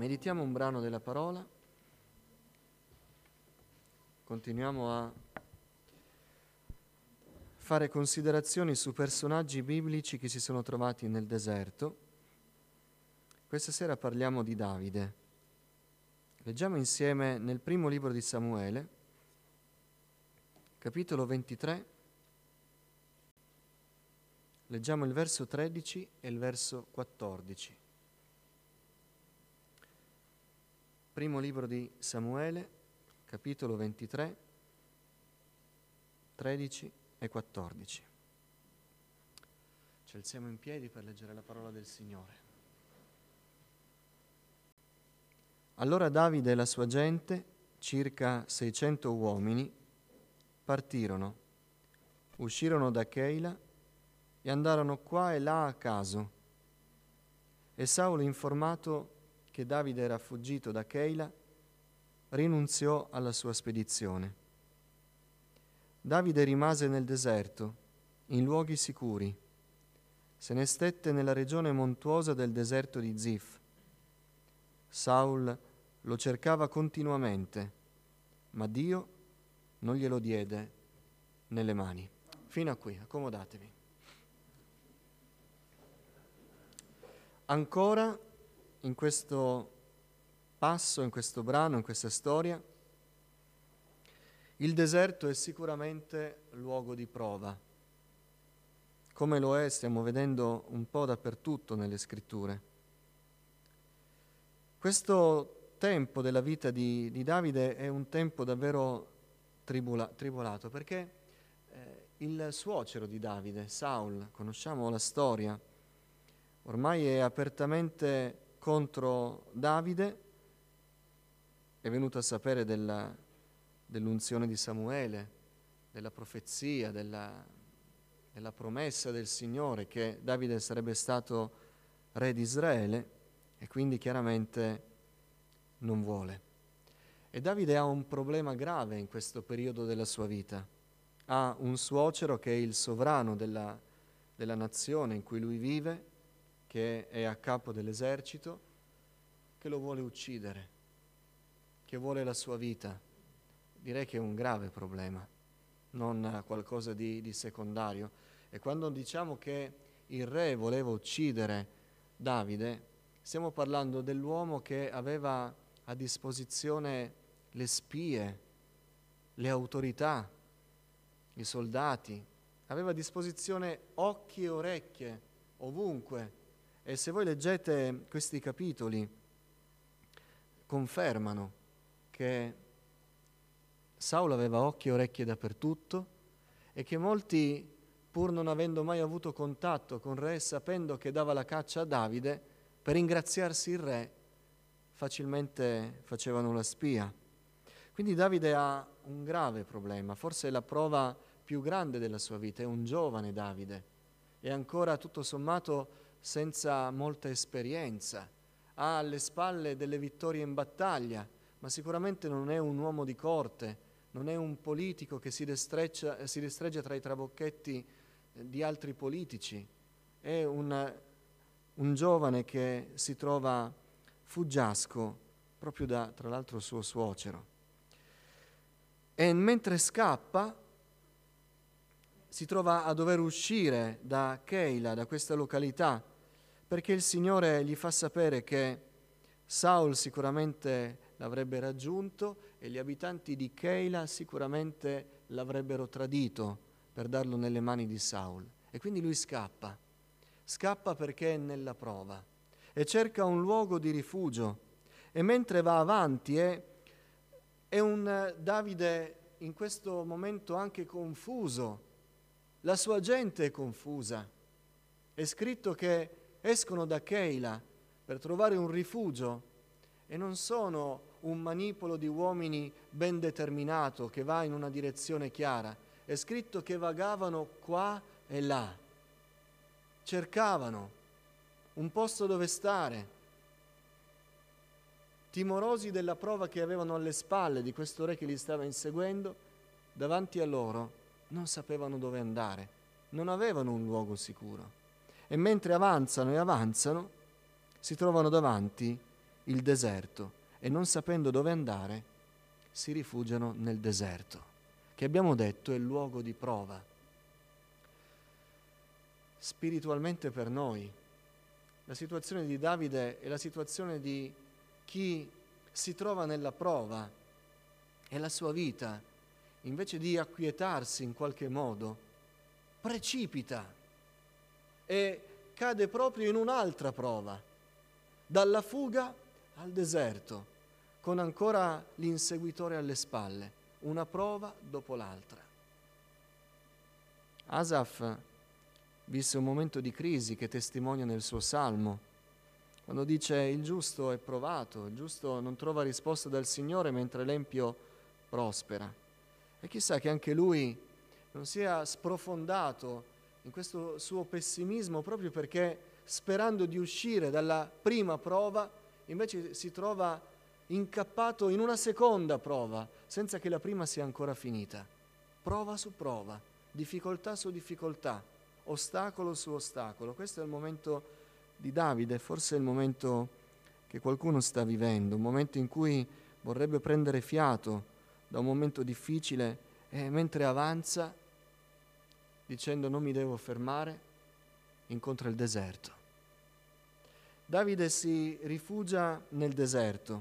Meditiamo un brano della parola, continuiamo a fare considerazioni su personaggi biblici che si sono trovati nel deserto. Questa sera parliamo di Davide. Leggiamo insieme nel primo libro di Samuele, capitolo 23, leggiamo il verso 13 e il verso 14. Primo libro di Samuele, capitolo 23, 13 e 14. Ci alziamo in piedi per leggere la parola del Signore. Allora Davide e la sua gente, circa 600 uomini, partirono, uscirono da Keila e andarono qua e là a caso. E Saulo, informato che Davide era fuggito da Keila, rinunziò alla sua spedizione. Davide rimase nel deserto, in luoghi sicuri. Se ne stette nella regione montuosa del deserto di Zif. Saul lo cercava continuamente, ma Dio non glielo diede nelle mani. Fino a qui, accomodatevi. Ancora in questo passo, in questo brano, in questa storia, il deserto è sicuramente luogo di prova. Come lo è, stiamo vedendo un po' dappertutto nelle scritture. Questo tempo della vita di Davide è un tempo davvero tribolato, perché il suocero di Davide, Saul, conosciamo la storia, ormai è apertamente contro Davide, è venuto a sapere dell'unzione di Samuele, della profezia, della promessa del Signore che Davide sarebbe stato re di Israele, e quindi chiaramente non vuole. E Davide ha un problema grave in questo periodo della sua vita. Ha un suocero che è il sovrano della nazione in cui lui vive, che è a capo dell'esercito, che lo vuole uccidere, che vuole la sua vita. Direi che è un grave problema, non qualcosa di secondario. E quando diciamo che il re voleva uccidere Davide, stiamo parlando dell'uomo che aveva a disposizione le spie, le autorità, i soldati, aveva a disposizione occhi e orecchie ovunque. E se voi leggete questi capitoli, confermano che Saulo aveva occhi e orecchie dappertutto e che molti, pur non avendo mai avuto contatto con il re, sapendo che dava la caccia a Davide, per ingraziarsi il re, facilmente facevano la spia. Quindi Davide ha un grave problema, forse è la prova più grande della sua vita, è un giovane Davide, è ancora tutto sommato senza molta esperienza, ha alle spalle delle vittorie in battaglia, ma sicuramente non è un uomo di corte, non è un politico che si destreggia tra i trabocchetti di altri politici, è un giovane che si trova fuggiasco proprio da, tra l'altro, suo suocero. E mentre scappa si trova a dover uscire da Keila, da questa località, perché il Signore gli fa sapere che Saul sicuramente l'avrebbe raggiunto e gli abitanti di Keila sicuramente l'avrebbero tradito per darlo nelle mani di Saul. E quindi lui scappa perché è nella prova e cerca un luogo di rifugio. E mentre va avanti è un Davide in questo momento anche confuso, la sua gente è confusa. È scritto che escono da Keila per trovare un rifugio e non sono un manipolo di uomini ben determinato che va in una direzione chiara. È scritto che vagavano qua e là, cercavano un posto dove stare, timorosi della prova che avevano alle spalle di questo re che li stava inseguendo. Davanti a loro non sapevano dove andare, non avevano un luogo sicuro. E mentre avanzano e avanzano, si trovano davanti il deserto e non sapendo dove andare, si rifugiano nel deserto, che abbiamo detto è il luogo di prova. Spiritualmente per noi, la situazione di Davide è la situazione di chi si trova nella prova e la sua vita, invece di acquietarsi in qualche modo, precipita e cade proprio in un'altra prova, dalla fuga al deserto, con ancora l'inseguitore alle spalle, una prova dopo l'altra. Asaf visse un momento di crisi che testimonia nel suo salmo, quando dice: il giusto è provato, il giusto non trova risposta dal Signore mentre l'empio prospera. E chissà che anche lui non sia sprofondato in questo suo pessimismo proprio perché, sperando di uscire dalla prima prova, invece si trova incappato in una seconda prova, senza che la prima sia ancora finita. Prova su prova, difficoltà su difficoltà, ostacolo su ostacolo. Questo è il momento di Davide, forse è il momento che qualcuno sta vivendo, un momento in cui vorrebbe prendere fiato da un momento difficile e mentre avanza, dicendo non mi devo fermare, incontra il deserto. Davide si rifugia nel deserto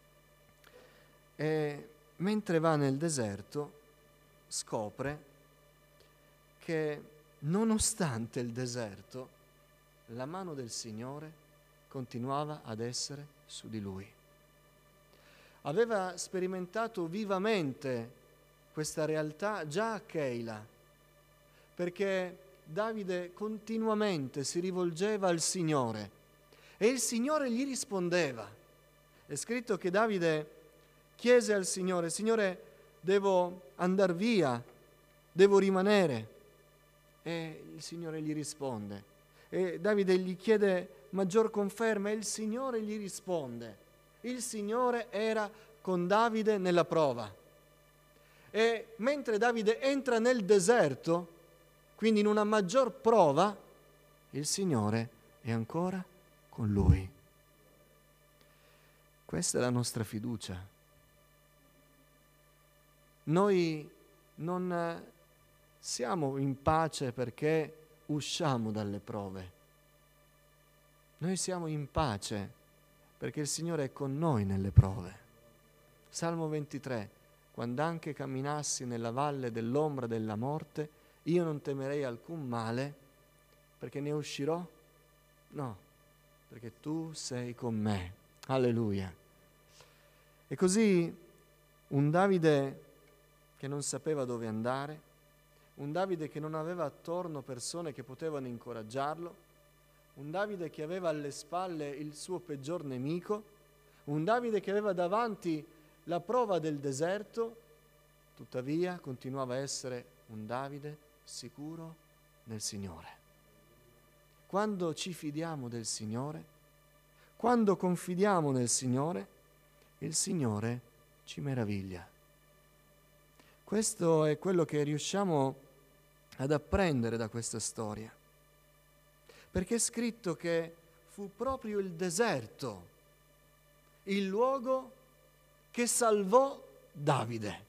e mentre va nel deserto scopre che nonostante il deserto la mano del Signore continuava ad essere su di lui. Aveva sperimentato vivamente questa realtà già a Keila, perché Davide continuamente si rivolgeva al Signore e il Signore gli rispondeva. È scritto che Davide chiese al Signore: Signore, devo andar via, devo rimanere? E il Signore gli risponde. E Davide gli chiede maggior conferma e il Signore gli risponde. Il Signore era con Davide nella prova. E mentre Davide entra nel deserto, quindi in una maggior prova, il Signore è ancora con lui. Questa è la nostra fiducia. Noi non siamo in pace perché usciamo dalle prove. Noi siamo in pace perché il Signore è con noi nelle prove. Salmo 23: quando anche camminassi nella valle dell'ombra della morte, io non temerei alcun male, perché ne uscirò? No, perché tu sei con me. Alleluia. E così un Davide che non sapeva dove andare, un Davide che non aveva attorno persone che potevano incoraggiarlo, un Davide che aveva alle spalle il suo peggior nemico, un Davide che aveva davanti la prova del deserto, tuttavia continuava a essere un Davide sicuro nel Signore. Quando ci fidiamo del Signore, quando confidiamo nel Signore, il Signore ci meraviglia. Questo è quello che riusciamo ad apprendere da questa storia, perché è scritto che fu proprio il deserto il luogo che salvò Davide.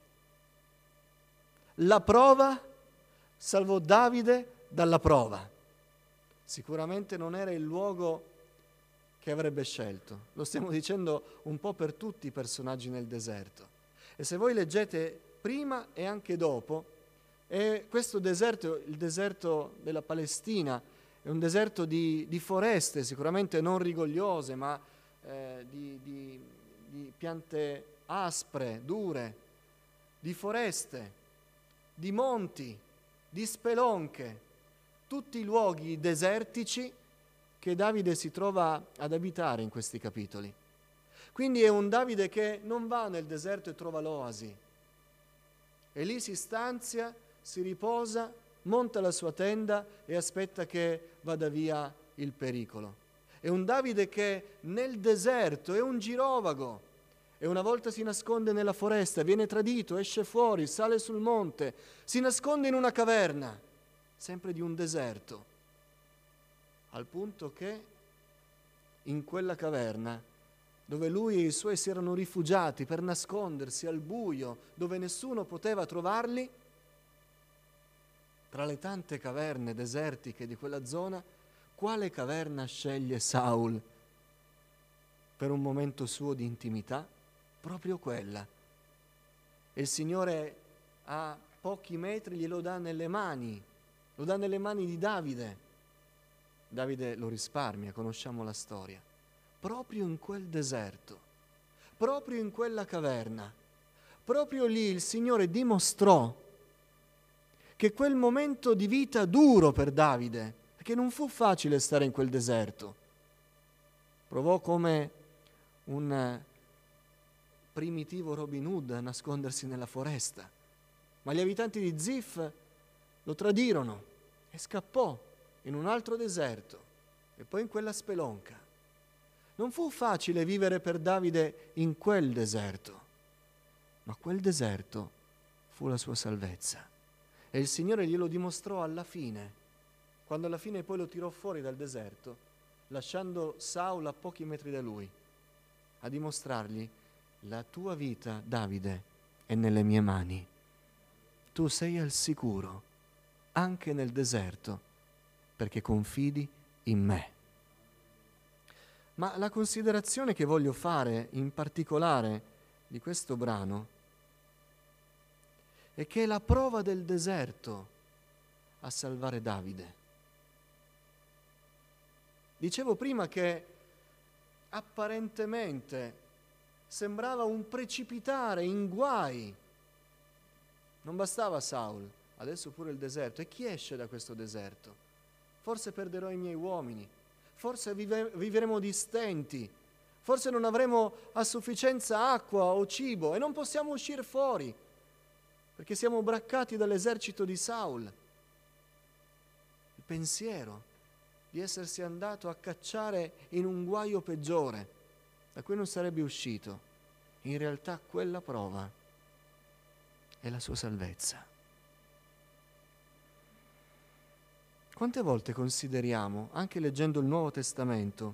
La prova salvò Davide dalla prova. Sicuramente non era il luogo che avrebbe scelto. Lo stiamo dicendo un po' per tutti i personaggi nel deserto. E se voi leggete prima e anche dopo, questo deserto, il deserto della Palestina, è un deserto di foreste, sicuramente non rigogliose, ma di piante aspre, dure, di foreste, di monti, di spelonche, tutti luoghi desertici che Davide si trova ad abitare in questi capitoli. Quindi è un Davide che non va nel deserto e trova l'oasi, e lì si stanzia, si riposa, monta la sua tenda e aspetta che vada via il pericolo. È un Davide che nel deserto è un girovago e una volta si nasconde nella foresta, viene tradito, esce fuori, sale sul monte, si nasconde in una caverna, sempre di un deserto, al punto che in quella caverna dove lui e i suoi si erano rifugiati per nascondersi al buio, dove nessuno poteva trovarli, tra le tante caverne desertiche di quella zona, quale caverna sceglie Saul per un momento suo di intimità? Proprio quella. E il Signore a pochi metri glielo dà nelle mani, lo dà nelle mani di Davide. Davide lo risparmia, conosciamo la storia. Proprio in quel deserto, proprio in quella caverna, proprio lì il Signore dimostrò che quel momento di vita duro per Davide, perché non fu facile stare in quel deserto, provò come un primitivo Robin Hood a nascondersi nella foresta, ma gli abitanti di Zif lo tradirono e scappò in un altro deserto e poi in quella spelonca. Non fu facile vivere per Davide in quel deserto, ma quel deserto fu la sua salvezza. E il Signore glielo dimostrò alla fine, quando alla fine poi lo tirò fuori dal deserto, lasciando Saul a pochi metri da lui, a dimostrargli: la tua vita, Davide, è nelle mie mani. Tu sei al sicuro, anche nel deserto, perché confidi in me. Ma la considerazione che voglio fare in particolare di questo brano è che è la prova del deserto a salvare Davide. Dicevo prima che apparentemente sembrava un precipitare in guai. Non bastava Saul, adesso pure il deserto. E chi esce da questo deserto? Forse perderò i miei uomini, forse vivremo di stenti, forse non avremo a sufficienza acqua o cibo e non possiamo uscire fuori perché siamo braccati dall'esercito di Saul. Il pensiero di essersi andato a cacciare in un guaio peggiore, da cui non sarebbe uscito. In realtà quella prova è la sua salvezza. Quante volte consideriamo, anche leggendo il Nuovo Testamento,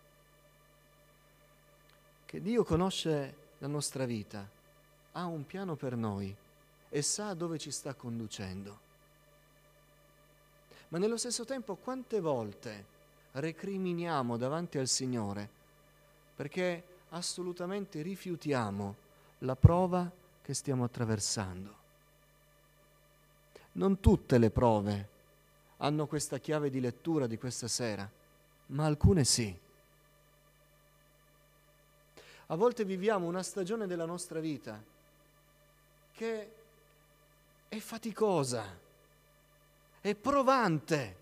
che Dio conosce la nostra vita, ha un piano per noi e sa dove ci sta conducendo. Ma nello stesso tempo quante volte recriminiamo davanti al Signore perché assolutamente rifiutiamo la prova che stiamo attraversando. Non tutte le prove hanno questa chiave di lettura di questa sera, ma alcune sì. A volte viviamo una stagione della nostra vita che è faticosa, è provante,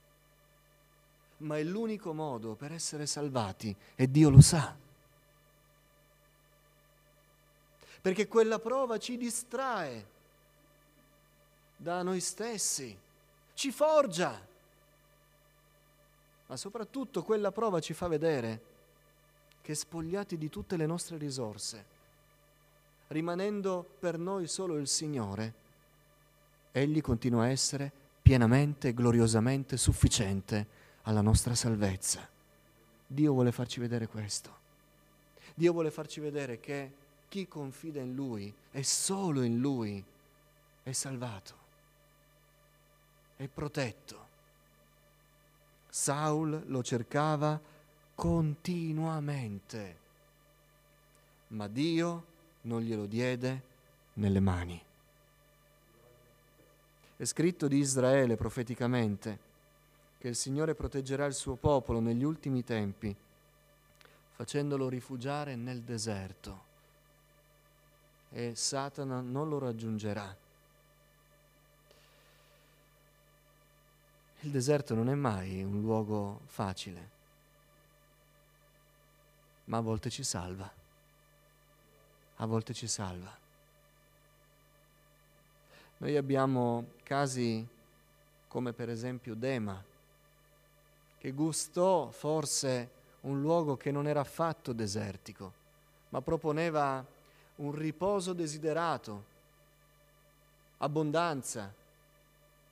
ma è l'unico modo per essere salvati e Dio lo sa. Perché quella prova ci distrae da noi stessi, ci forgia, ma soprattutto quella prova ci fa vedere che spogliati di tutte le nostre risorse, rimanendo per noi solo il Signore, Egli continua a essere pienamente e gloriosamente sufficiente alla nostra salvezza. Dio vuole farci vedere questo. Dio vuole farci vedere che chi confida in Lui e solo in Lui è salvato, è protetto. Saul lo cercava continuamente, ma Dio non glielo diede nelle mani. È scritto di Israele profeticamente che il Signore proteggerà il suo popolo negli ultimi tempi, facendolo rifugiare nel deserto, e Satana non lo raggiungerà. Il deserto non è mai un luogo facile, ma a volte ci salva. A volte ci salva. Noi abbiamo casi come per esempio Dema, che gustò forse un luogo che non era affatto desertico, ma proponeva un riposo desiderato, abbondanza,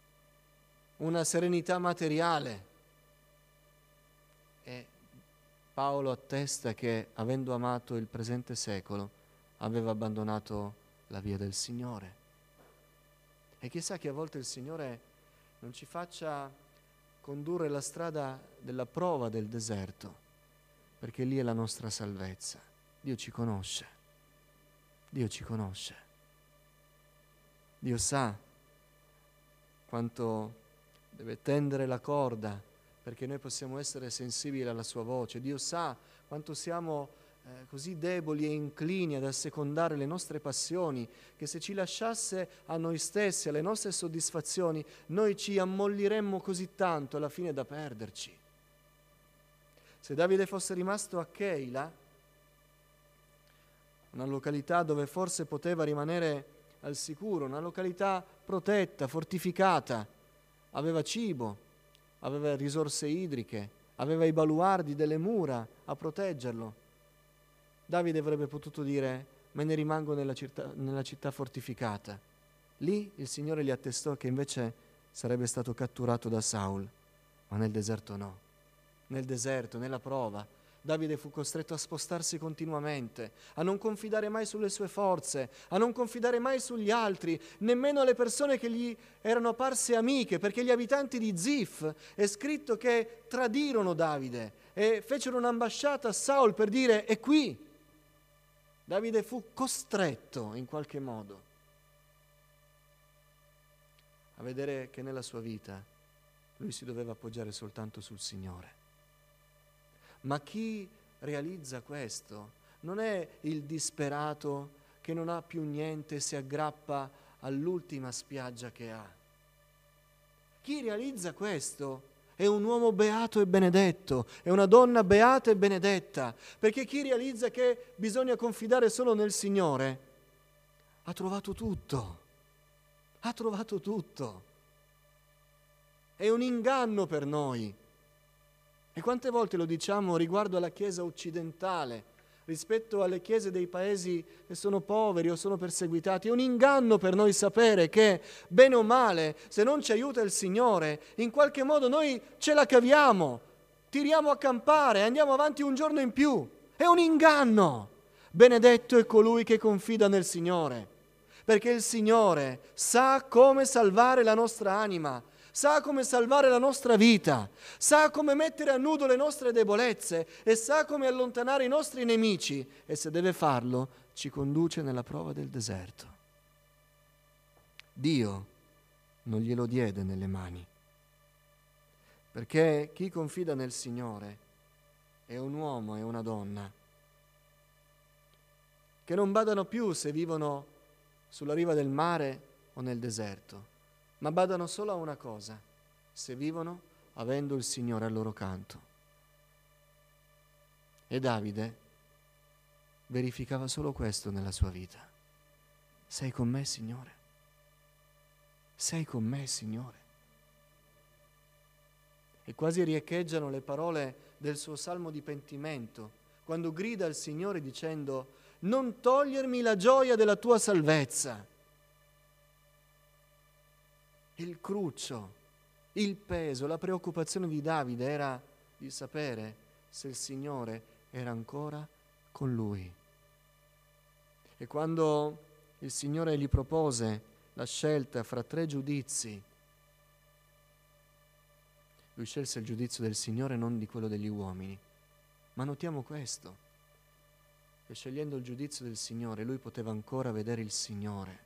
una serenità materiale. E Paolo attesta che, avendo amato il presente secolo, aveva abbandonato la via del Signore. E chissà che a volte il Signore non ci faccia condurre la strada della prova del deserto, perché lì è la nostra salvezza. Dio ci conosce. Dio ci conosce. Dio sa quanto deve tendere la corda perché noi possiamo essere sensibili alla sua voce. Dio sa quanto siamo così deboli e inclini ad assecondare le nostre passioni, che se ci lasciasse a noi stessi, alle nostre soddisfazioni, noi ci ammolliremmo così tanto alla fine da perderci. Se Davide fosse rimasto a Keila, una località dove forse poteva rimanere al sicuro, una località protetta, fortificata, aveva cibo, aveva risorse idriche, aveva i baluardi delle mura a proteggerlo. Davide avrebbe potuto dire: me ne rimango nella città fortificata. Lì il Signore gli attestò che invece sarebbe stato catturato da Saul, ma nel deserto no. Nel deserto, nella prova, Davide fu costretto a spostarsi continuamente, a non confidare mai sulle sue forze, a non confidare mai sugli altri, nemmeno alle persone che gli erano apparse amiche, perché gli abitanti di Zif è scritto che tradirono Davide e fecero un'ambasciata a Saul per dire: è qui. Davide fu costretto in qualche modo a vedere che nella sua vita lui si doveva appoggiare soltanto sul Signore. Ma chi realizza questo non è il disperato che non ha più niente e si aggrappa all'ultima spiaggia che ha. Chi realizza questo è un uomo beato e benedetto, è una donna beata e benedetta, perché chi realizza che bisogna confidare solo nel Signore ha trovato tutto, ha trovato tutto. È un inganno per noi. E quante volte lo diciamo riguardo alla Chiesa occidentale, rispetto alle chiese dei paesi che sono poveri o sono perseguitati. È un inganno per noi sapere che, bene o male, se non ci aiuta il Signore, in qualche modo noi ce la caviamo, tiriamo a campare, andiamo avanti un giorno in più. È un inganno. Benedetto è colui che confida nel Signore, perché il Signore sa come salvare la nostra anima, sa come salvare la nostra vita, sa come mettere a nudo le nostre debolezze e sa come allontanare i nostri nemici, e se deve farlo ci conduce nella prova del deserto. Dio non glielo diede nelle mani, perché chi confida nel Signore è un uomo e una donna che non badano più se vivono sulla riva del mare o nel deserto, ma badano solo a una cosa: se vivono avendo il Signore al loro canto. E Davide verificava solo questo nella sua vita. Sei con me, Signore? Sei con me, Signore? E quasi riecheggiano le parole del suo salmo di pentimento, quando grida al Signore dicendo: non togliermi la gioia della tua salvezza. Il cruccio, il peso, la preoccupazione di Davide era di sapere se il Signore era ancora con lui. E quando il Signore gli propose la scelta fra 3 giudizi, lui scelse il giudizio del Signore, non di quello degli uomini. Ma notiamo questo, che scegliendo il giudizio del Signore, lui poteva ancora vedere il Signore.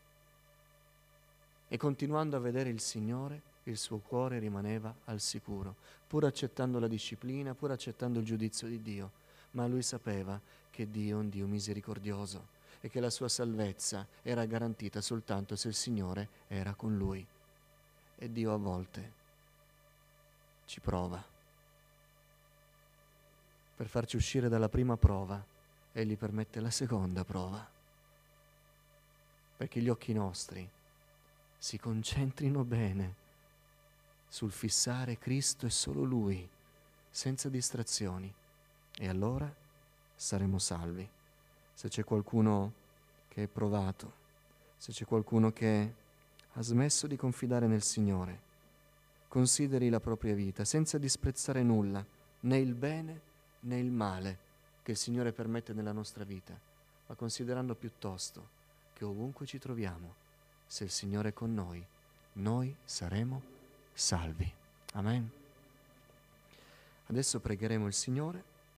E continuando a vedere il Signore, il suo cuore rimaneva al sicuro, pur accettando la disciplina, pur accettando il giudizio di Dio. Ma lui sapeva che Dio è un Dio misericordioso e che la sua salvezza era garantita soltanto se il Signore era con lui. E Dio a volte ci prova. Per farci uscire dalla prima prova, Egli permette la seconda prova, perché gli occhi nostri si concentrino bene sul fissare Cristo e solo Lui, senza distrazioni, e allora saremo salvi. Se c'è qualcuno che è provato, se c'è qualcuno che ha smesso di confidare nel Signore, consideri la propria vita senza disprezzare nulla, né il bene né il male che il Signore permette nella nostra vita, ma considerando piuttosto che ovunque ci troviamo, se il Signore è con noi saremo salvi. Amen. Adesso pregheremo il Signore